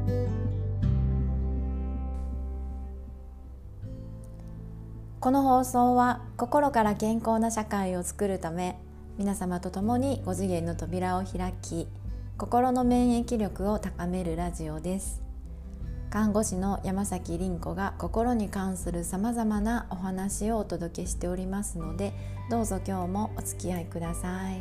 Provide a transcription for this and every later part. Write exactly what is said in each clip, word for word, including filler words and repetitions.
この放送は心から健康な社会を作るため、皆様と共にご次元の扉を開き、心の免疫力を高めるラジオです。看護師の山崎凛子が心に関するさまざまなお話をお届けしておりますので、どうぞ今日もお付き合いください。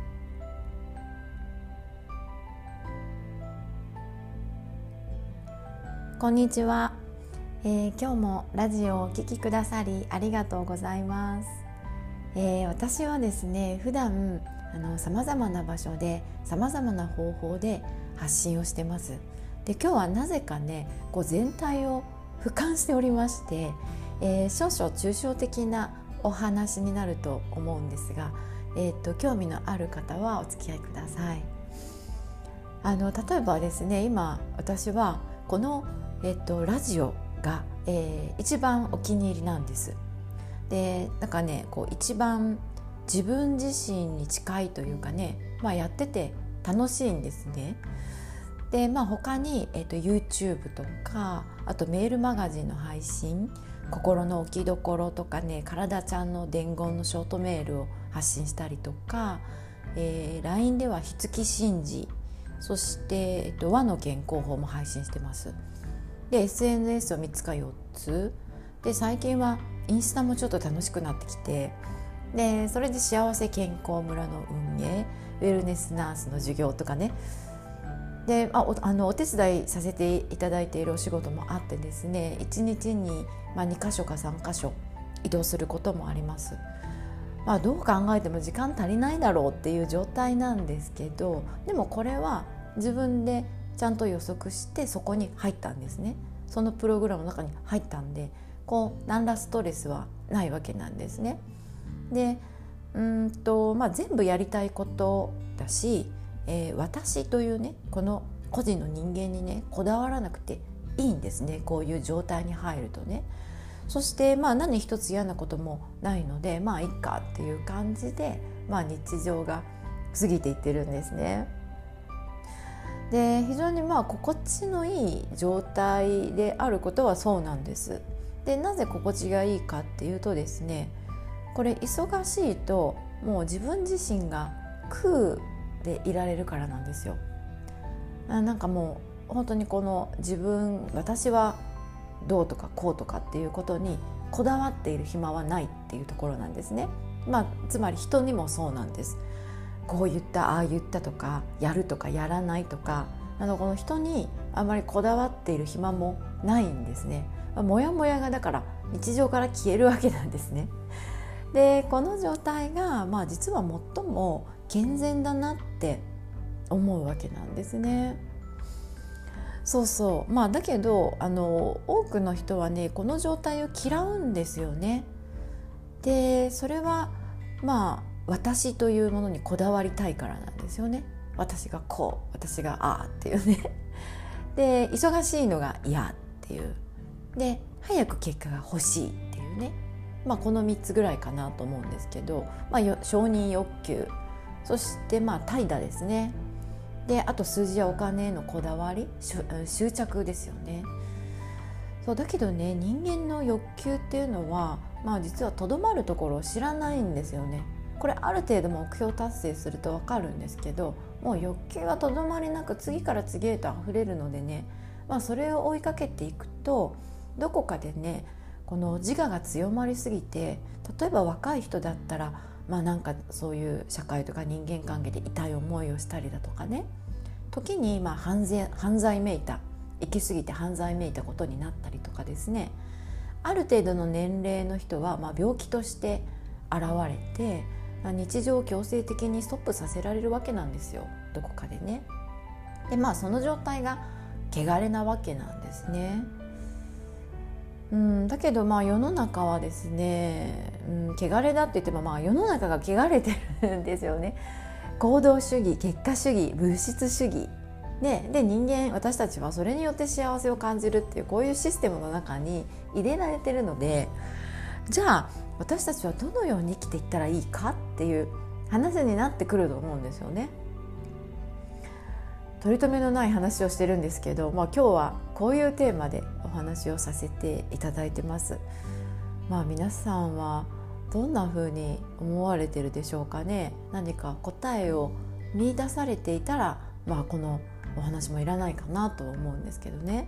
こんにちは、えー、今日もラジオをお聞きくださりありがとうございます。えー、私はですね、普段あの様々な場所で様々な方法で発信をしてます。で、今日はなぜかね、こう全体を俯瞰しておりまして、えー、少々抽象的なお話になると思うんですが、えー、と興味のある方はお付き合いください。あの例えばですね、今私はこの、えー、とラジオが、えー、一番お気に入りなんです。で、なんかね、こう一番自分自身に近いというかね、まあ、やってて楽しいんですね。で、まあ、他に、えーと、YouTube とか、あとメールマガジンの配信、心の置きどころとかね、体ちゃんの伝言のショートメールを発信したりとか、えー、ライン ではひつき神事、そして、えーと、和の健康法も配信してます。で エスエヌエス をみっつかよっつで、最近はインスタもちょっと楽しくなってきて、でそれで幸せ健康村の運営、ウェルネスナースの授業とかね、で あ お, あのお手伝いさせていただいているお仕事もあってですね、いちにちに、まあ、にかしょかさんかしょ移動することもあります。まあ、どう考えても時間足りないだろうっていう状態なんですけど、でもこれは自分でちゃんと予測してそこに入ったんですね。そのプログラムの中に入ったんで、こう何らストレスはないわけなんですね。でうんと、まあ、全部やりたいことだし、えー、私というね、この個人の人間にね、こだわらなくていいんですね。こういう状態に入るとね。そして、まあ、何一つ嫌なこともないので、まあいいかっていう感じで、まあ、日常が過ぎていってるんですね。で、非常にまあ心地のいい状態であることはそうなんです。で、なぜ心地がいいかっていうとですね、これ忙しいともう自分自身が空でいられるからなんですよ。なんかもう本当にこの自分、私はどうとかこうとかっていうことにこだわっている暇はないっていうところなんですね。まあ、つまり人にもそうなんです。こう言った、ああ言ったとか、やるとかやらないとか、あのこの人にあまりこだわっている暇もないんですね。もやもやがだから日常から消えるわけなんですね。で、この状態が、まあ、実は最も健全だなって思うわけなんですね。そうそう、まあ、だけどあの多くの人はね、この状態を嫌うんですよね。で、それはまあ私というものにこだわりたいからなんですよね。私がこう、私がああっていうね。で、忙しいのが嫌っていう。で、早く結果が欲しいっていうね。まあ、このみっつぐらいかなと思うんですけど、まあ、承認欲求、そしてまあ怠惰ですね。で、あと数字やお金へのこだわり、執着ですよね。そうだけどね、人間の欲求っていうのは、まあ、実はとどまるところを知らないんですよね。これある程度目標達成すると分かるんですけど、もう欲求はとどまりなく次から次へと溢れるのでね、まあ、それを追いかけていくと、どこかでね、この自我が強まりすぎて、例えば若い人だったら、まあ、なんかそういう社会とか人間関係で痛い思いをしたりだとかね、時にまあ犯罪、犯罪めいた、行き過ぎて犯罪めいたことになったりとかですね、ある程度の年齢の人はまあ病気として現れて、日常を強制的にストップさせられるわけなんですよ、どこかでね。で、まあその状態が汚れなわけなんですね。うん、だけどまあ世の中はですね、うん、汚れだって言っても、まあ世の中が汚れてるんですよね。行動主義、結果主義、物質主義で、で人間、私たちはそれによって幸せを感じるっていう、こういうシステムの中に入れられてるので、じゃあ私たちはどのように生きていったらいいかっていう話になってくると思うんですよね。 取り留めのない話をしてるんですけど、まあ、今日はこういうテーマでお話をさせていただいてます。まあ、皆さんはどんな風に思われてるでしょうかね。何か答えを見出されていたら、まあ、このお話もいらないかなと思うんですけどね。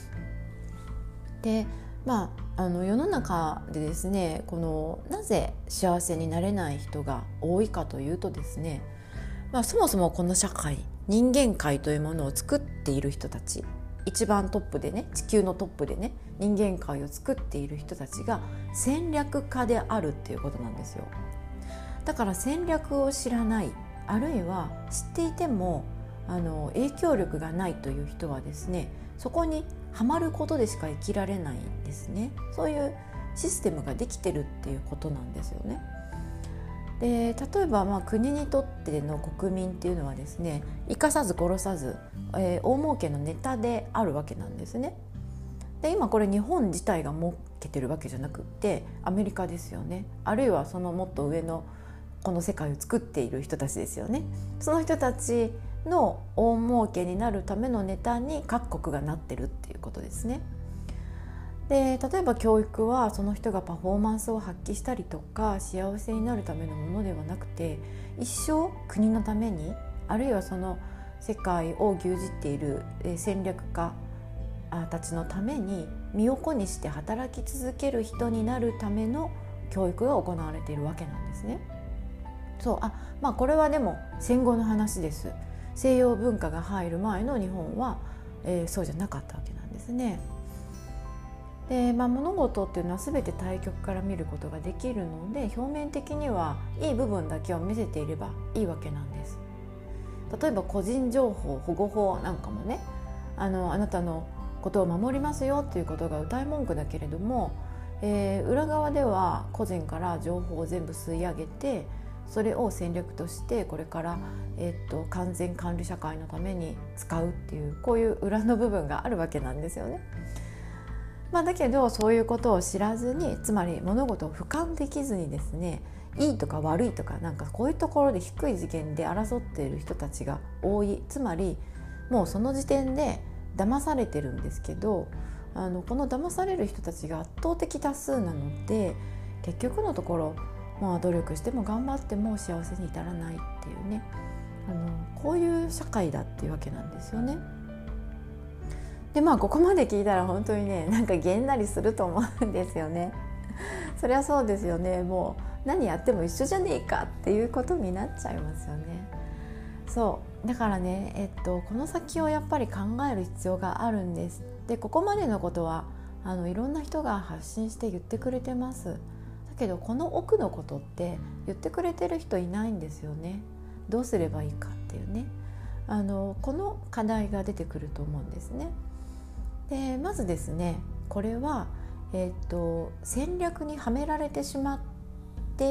で、まあ、あの世の中でですね、このなぜ幸せになれない人が多いかというとですね、まあ、そもそもこの社会、人間界というものを作っている人たち、一番トップでね、地球のトップでね、人間界を作っている人たちが戦略家であるっていうことなんですよ。だから戦略を知らない、あるいは知っていてもあの影響力がないという人はですね、そこにはまることでしか生きられないんですね。そういうシステムができてるっていうことなんですよね。で、例えばまあ国にとっての国民っていうのはですね、生かさず殺さず、えー、大儲けのネタであるわけなんですね。で、今これ日本自体が儲けてるわけじゃなくってアメリカですよね。あるいはそのもっと上のこの世界を作っている人たちですよね。その人たちの大儲けになるためのネタに各国がなってるっていうことですね。で、例えば教育はその人がパフォーマンスを発揮したりとか幸せになるためのものではなくて、一生国のために、あるいはその世界を牛耳っている戦略家たちのために身を粉にして働き続ける人になるための教育が行われているわけなんですね。そう、あ、まあこれはでも戦後の話です。西洋文化が入る前の日本は、えー、そうじゃなかったわけなんですね。で、まあ、物事っていうのは全て対極から見ることができるので、表面的にはいい部分だけを見せていればいいわけなんです。例えば個人情報保護法なんかもね、あのあなたのことを守りますよっていうことが謳い文句だけれども、えー、裏側では個人から情報を全部吸い上げて、それを戦略としてこれから、えー、っと完全管理社会のために使うっていう、こういう裏の部分があるわけなんですよね。まあ、だけどそういうことを知らずに、つまり物事を俯瞰できずにですね、いいとか悪いとか、なんかこういうところで低い次元で争っている人たちが多い。つまりもうその時点で騙されてるんですけど、あのこの騙される人たちが圧倒的多数なので、結局のところ、まあ、努力しても頑張っても幸せに至らないっていうね、あのこういう社会だっていうわけなんですよね。で、まあここまで聞いたら本当にね、なんかげんなりすると思うんですよね。そりゃそうですよね。もう何やっても一緒じゃねえかっていうことになっちゃいますよね。そうだからね、えっと、この先をやっぱり考える必要があるんです。で、ここまでのことはあのいろんな人が発信して言ってくれてます。だけどこの奥のことって言ってくれてる人いないんですよね。どうすればいいかっていうね、あのこの課題が出てくると思うんですね。で、まずですね、これは、えー、と戦略にはめられてしまって、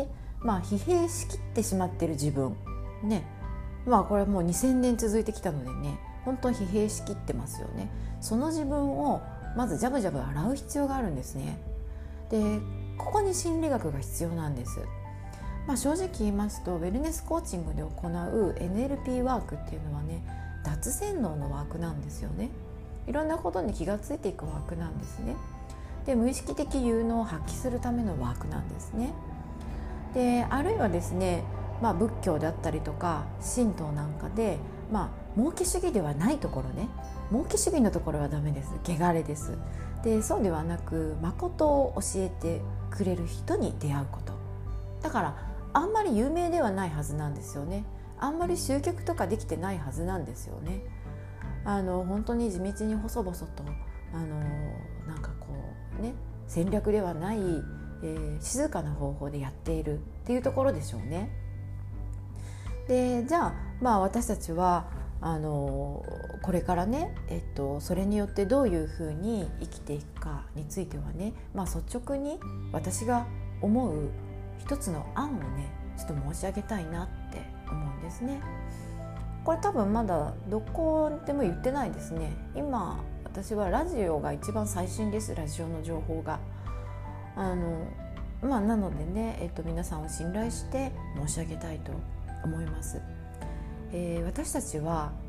まあ、疲弊しきってしまっている自分ね、まあこれもうにせんねん続いてきたのでね、本当に疲弊しきってますよね。その自分をまずジャブジャブ洗う必要があるんですね。で、ここに心理学が必要なんです。まあ、正直言いますと、ウェルネスコーチングで行う エヌエルピー ワークっていうのはね、脱洗脳のワークなんですよね。いろんなことに気がついていくワークなんですね。で、無意識的有能を発揮するためのワークなんですね。で、あるいはですね、まあ、仏教であったりとか神道なんかで、まあ、儲け主義ではないところね、儲け主義のところはダメです。汚れです。で、そうではなく、誠を教えてくれる人に出会うこと。だからあんまり有名ではないはずなんですよね。あんまり集客とかできてないはずなんですよね。あの本当に地道に細々とあのなんかこうね、戦略ではない、えー、静かな方法でやっているっていうところでしょうね。で、じゃあ、まあ、私たちはあのこれからね、えっと、それによってどういうふうに生きていくかについてはね、まあ、率直に私が思う一つの案をね、ちょっと申し上げたいなって思うんですね。これ多分まだどこでも言ってないですね。今私はラジオが一番最新です。ラジオの情報があの、まあ、なのでね、えっと、皆さんを信頼して申し上げたいと思います。えー、私たちは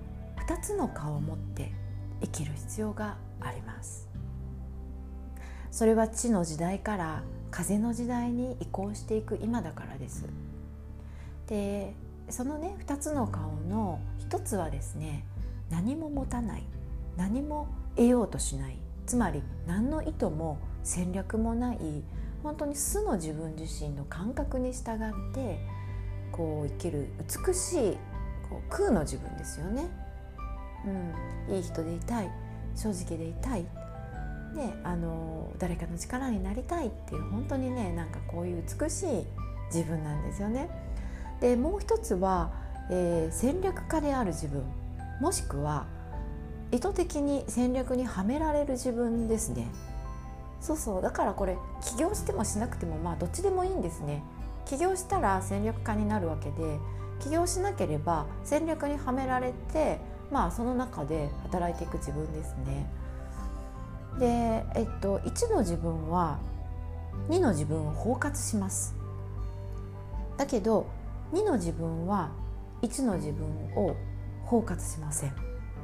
ふたつの顔を持って生きる必要があります。それは地の時代から風の時代に移行していく今だからです。でそのねふたつの顔のひとつはですね、何も持たない、何も得ようとしない、つまり何の意図も戦略もない、本当に素の自分自身の感覚に従ってこう生きる美しいこう空の自分ですよね。うん、いい人でいたい、正直でいたい、ね、あの誰かの力になりたいっていう、本当にねなんかこういう美しい自分なんですよね。でもう一つは、えー、戦略家である自分、もしくは意図的に戦略にはめられる自分ですね。そうそう、だからこれ起業してもしなくてもまあどっちでもいいんですね。起業したら戦略家になるわけで、起業しなければ戦略にはめられて、まあその中で働いていく自分ですね。で、えっと、いちの自分はにの自分を包括します。だけどにの自分はいちの自分を包括しません。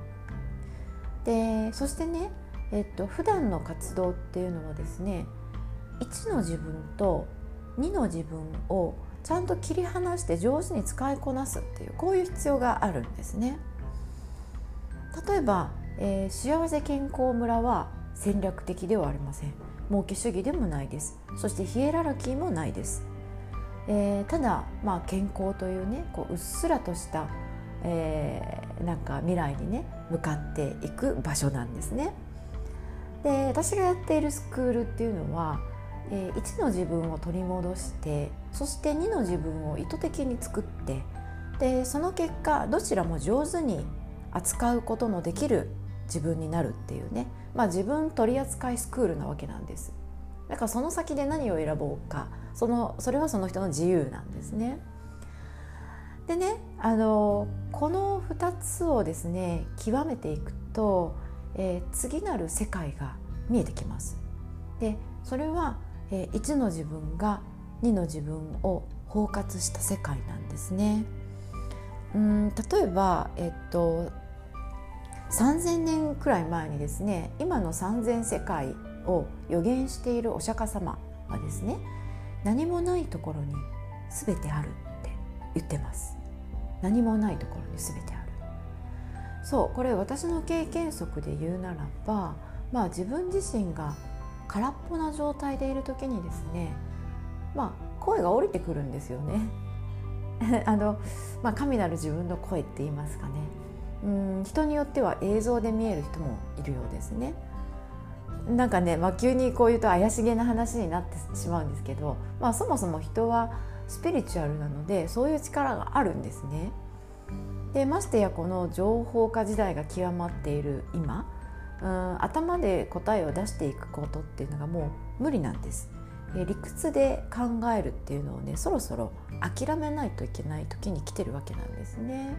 でそしてね、えっと、普段の活動っていうのはですね、いちの自分とにの自分をちゃんと切り離して上手に使いこなすっていう、こういう必要があるんですね。例えば、えー、幸せ健康村は戦略的ではありません。儲け主義でもないです。そしてヒエラルキーもないです。えー、ただ、まあ、健康というねこううっすらとした、えー、なんか未来にね向かっていく場所なんですね。で私がやっているスクールっていうのは、えー、いちの自分を取り戻して、そしてにの自分を意図的に作って、でその結果どちらも上手に扱うことのできる自分になるっていうね、まあ、自分取り扱いスクールなわけなんです。だからその先で何を選ぼうか、そのそれはその人の自由なんですね。でね、あのこのふたつをですね極めていくと、えー、次なる世界が見えてきます。でそれは、えー、いちの自分がにの自分を包括した世界なんですね。うん例えば、えっと、さんぜんねんくらい前にですね、今のさんぜん世界を予言しているお釈迦様はですね、何もないところに全てあるって言ってます。何もないところに全てある。そう、これ私の経験則で言うならば、まあ、自分自身が空っぽな状態でいる時にですね、まあ、声が降りてくるんですよねあの、まあ、神なる自分の声って言いますかね。うん人によっては映像で見える人もいるようですね。なんかね、まあ、急にこう言うと怪しげな話になってしまうんですけど、まあ、そもそも人はスピリチュアルなのでそういう力があるんですね。でましてやこの情報化時代が極まっている今、うん頭で答えを出していくことっていうのがもう無理なんです。え理屈で考えるっていうのをね、そろそろ諦めないといけない時に来てるわけなんですね。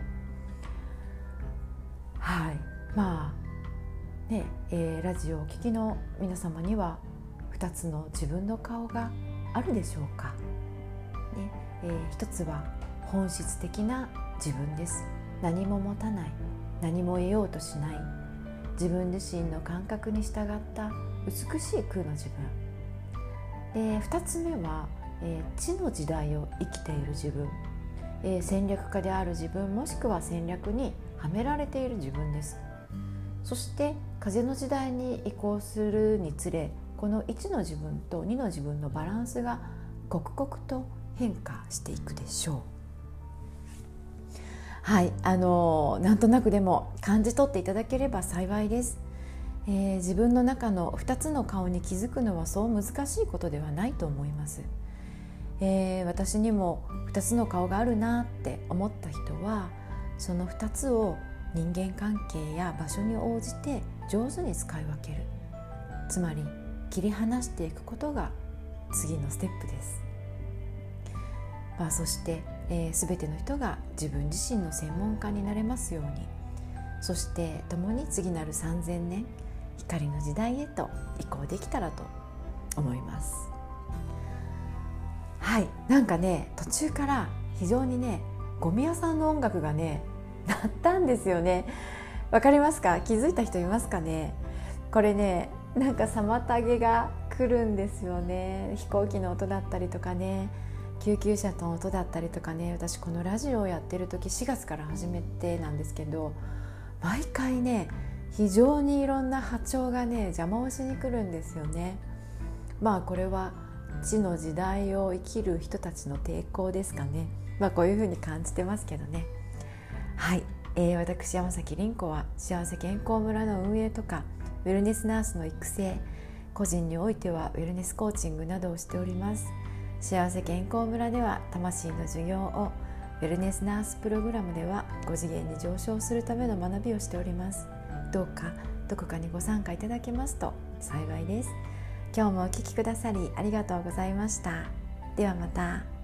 はい、まあね、えー、ラジオをお聞きの皆様にはふたつの自分の顔があるでしょうか、ねえー、ひとつは本質的な自分です。何も持たない、何も得ようとしない、自分自身の感覚に従った美しい空の自分で、ふたつめは、えー、地の時代を生きている自分、えー、戦略家である自分、もしくは戦略にはめられている自分です。そして風の時代に移行するにつれ、このいちの自分とにの自分のバランスが刻々と変化していくでしょう。はい、あのなんとなくでも感じ取っていただければ幸いです。えー、自分の中のふたつの顔に気づくのはそう難しいことではないと思います。えー、私にもふたつの顔があるなって思った人は、そのふたつを人間関係や場所に応じて上手に使い分ける、つまり切り離していくことが次のステップです。まあ、そして、えー、全ての人が自分自身の専門家になれますように、そして共に次なるさんぜんねん光の時代へと移行できたらと思います。はい、なんかね、途中から非常にねゴミ屋さんの音楽がね鳴ったんですよね。 わかりますか？気づいた人いますかね？これね、なんか妨げが来るんですよね。飛行機の音だったりとかね、救急車の音だったりとかね。私このラジオをやってる時しがつから始めてなんですけど、毎回ね非常にいろんな波長がね邪魔をしに来るんですよね。まあこれは地の時代を生きる人たちの抵抗ですかね。まあこういうふうに感じてますけどね。はい、えー、私山崎凛子は幸せ健康村の運営とかウェルネスナースの育成、個人においてはウェルネスコーチングなどをしております。幸せ健康村では魂の授業を、ウェルネスナースプログラムではご次元に上昇するための学びをしております。どうかどこかにご参加いただけますと幸いです。今日もお聞きくださりありがとうございました。ではまた。